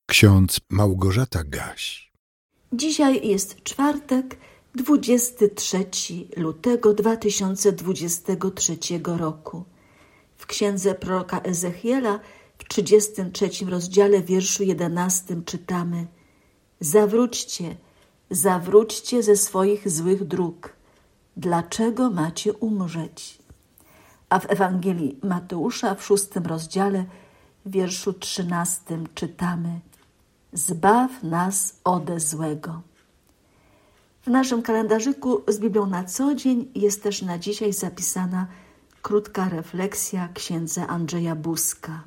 Ksiądz Małgorzata Gaś. Dzisiaj jest czwartek, 23 lutego 2023 roku. W księdze proroka Ezechiela w 33 rozdziale wierszu 11 czytamy: Zawróćcie ze swoich złych dróg. Dlaczego macie umrzeć? A w Ewangelii Mateusza w 6 rozdziale w wierszu 13 czytamy: Zbaw nas ode złego. W naszym kalendarzyku z Biblią na co dzień jest też na dzisiaj zapisana krótka refleksja księdza Andrzeja Buzka.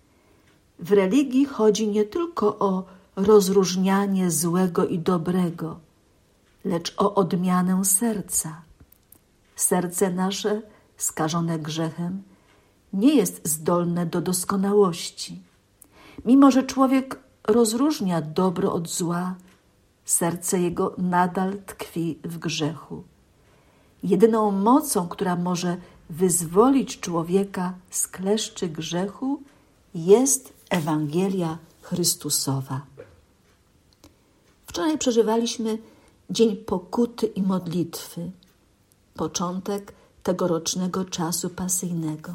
W religii chodzi nie tylko o rozróżnianie złego i dobrego, lecz o odmianę serca. Serce nasze, skażone grzechem, nie jest zdolne do doskonałości. Mimo że człowiek rozróżnia dobro od zła, serce jego nadal tkwi w grzechu. Jedyną mocą, która może wyzwolić człowieka z kleszczy grzechu, jest Ewangelia Chrystusowa. Wczoraj przeżywaliśmy Dzień Pokuty i Modlitwy, początek tegorocznego czasu pasyjnego.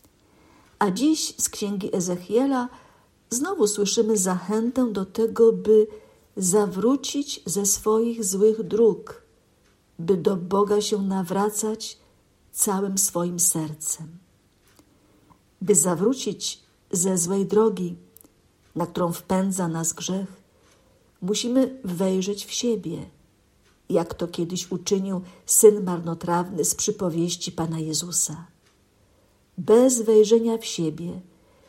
A dziś z księgi Ezechiela znowu słyszymy zachętę do tego, by zawrócić ze swoich złych dróg, by do Boga się nawracać całym swoim sercem. By zawrócić ze złej drogi, na którą wpędza nas grzech, musimy wejrzeć w siebie, jak to kiedyś uczynił syn marnotrawny z przypowieści Pana Jezusa. Bez wejrzenia w siebie,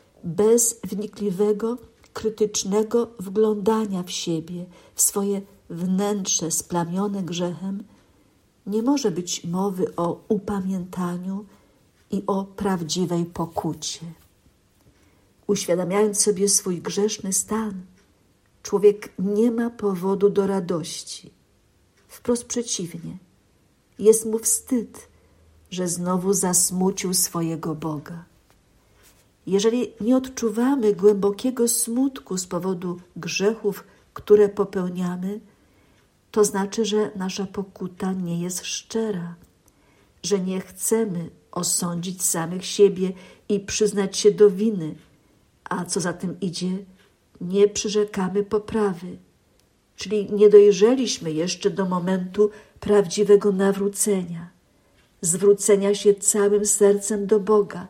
bez wnikliwego, krytycznego wglądania w siebie, w swoje wnętrze splamione grzechem, nie może być mowy o upamiętaniu i o prawdziwej pokucie. Uświadamiając sobie swój grzeszny stan, człowiek nie ma powodu do radości. Wprost przeciwnie, jest mu wstyd, że znowu zasmucił swojego Boga. Jeżeli nie odczuwamy głębokiego smutku z powodu grzechów, które popełniamy, to znaczy, że nasza pokuta nie jest szczera, że nie chcemy osądzić samych siebie i przyznać się do winy, a co za tym idzie, nie przyrzekamy poprawy, czyli nie dojrzeliśmy jeszcze do momentu prawdziwego nawrócenia, zwrócenia się całym sercem do Boga,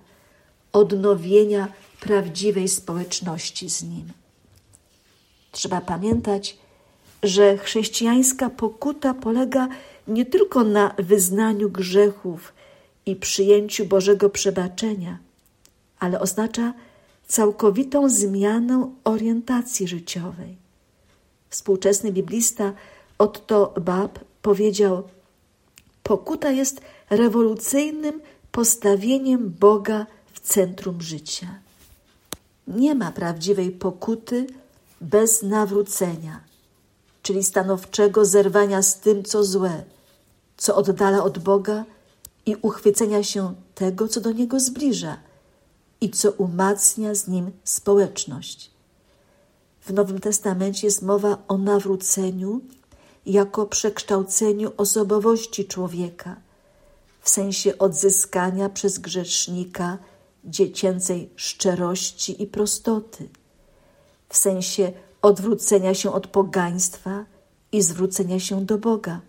odnowienia prawdziwej społeczności z Nim. Trzeba pamiętać, że chrześcijańska pokuta polega nie tylko na wyznaniu grzechów i przyjęciu Bożego przebaczenia, ale oznacza całkowitą zmianę orientacji życiowej. Współczesny biblista Otto Bab powiedział: pokuta jest rewolucyjnym postawieniem Boga w centrum życia. Nie ma prawdziwej pokuty bez nawrócenia, czyli stanowczego zerwania z tym, co złe, co oddala od Boga i uchwycenia się tego, co do Niego zbliża i co umacnia z Nim społeczność. W Nowym Testamencie jest mowa o nawróceniu jako przekształceniu osobowości człowieka, w sensie odzyskania przez grzesznika dziecięcej szczerości i prostoty, w sensie odwrócenia się od pogaństwa i zwrócenia się do Boga,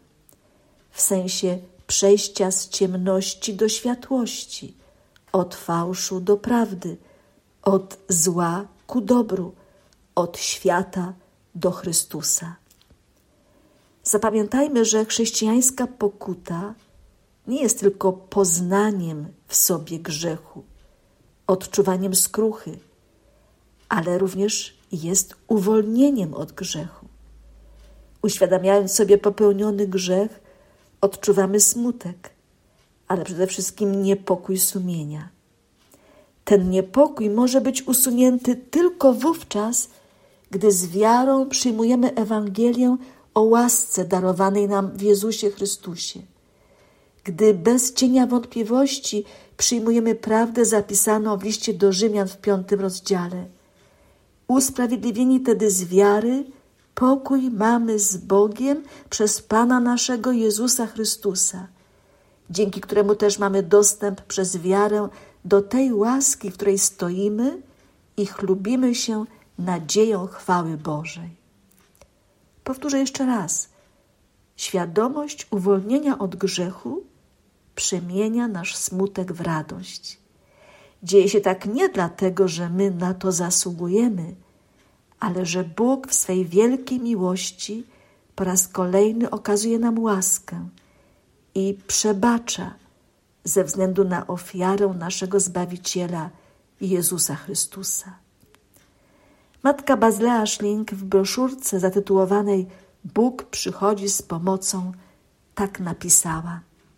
w sensie przejścia z ciemności do światłości, od fałszu do prawdy, od zła ku dobru, od świata do Chrystusa. Zapamiętajmy, że chrześcijańska pokuta nie jest tylko poznaniem w sobie grzechu, odczuwaniem skruchy, ale również jest uwolnieniem od grzechu. Uświadamiając sobie popełniony grzech, odczuwamy smutek, ale przede wszystkim niepokój sumienia. Ten niepokój może być usunięty tylko wówczas, gdy z wiarą przyjmujemy Ewangelię o łasce darowanej nam w Jezusie Chrystusie. Gdy bez cienia wątpliwości przyjmujemy prawdę zapisaną w liście do Rzymian w 5 rozdziale. Usprawiedliwieni tedy z wiary, pokój mamy z Bogiem przez Pana naszego Jezusa Chrystusa, dzięki któremu też mamy dostęp przez wiarę do tej łaski, w której stoimy i chlubimy się nadzieją chwały Bożej. Powtórzę jeszcze raz. Świadomość uwolnienia od grzechu przemienia nasz smutek w radość. Dzieje się tak nie dlatego, że my na to zasługujemy, ale że Bóg w swej wielkiej miłości po raz kolejny okazuje nam łaskę i przebacza ze względu na ofiarę naszego Zbawiciela Jezusa Chrystusa. Matka Bazylea Schling w broszurce zatytułowanej Bóg przychodzi z pomocą tak napisała: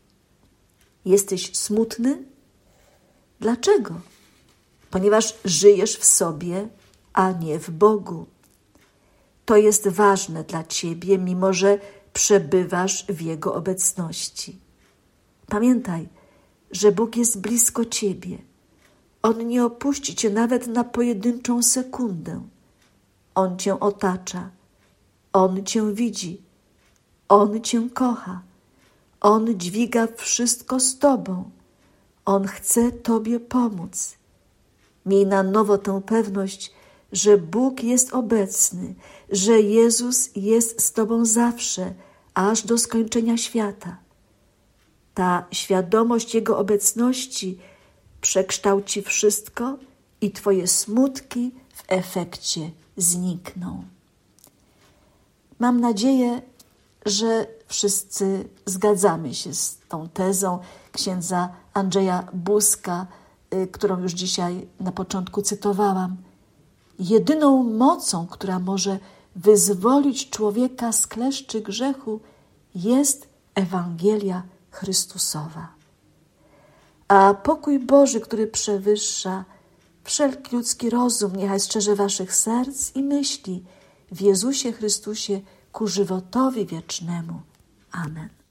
jesteś smutny? Dlaczego? Ponieważ żyjesz w sobie, a nie w Bogu. To jest ważne dla ciebie, mimo że przebywasz w Jego obecności. Pamiętaj, że Bóg jest blisko ciebie. On nie opuści cię nawet na pojedynczą sekundę. On cię otacza. On cię widzi. On cię kocha. On dźwiga wszystko z tobą. On chce tobie pomóc. Miej na nowo tę pewność, że Bóg jest obecny, że Jezus jest z tobą zawsze, aż do skończenia świata. Ta świadomość Jego obecności przekształci wszystko i twoje smutki w efekcie znikną. Mam nadzieję, że wszyscy zgadzamy się z tą tezą księdza Andrzeja Buzka, którą już dzisiaj na początku cytowałam. Jedyną mocą, która może wyzwolić człowieka z kleszczy grzechu, jest Ewangelia Chrystusowa. A pokój Boży, który przewyższa wszelki ludzki rozum, niechaj strzeże waszych serc i myśli w Jezusie Chrystusie ku żywotowi wiecznemu. Amen.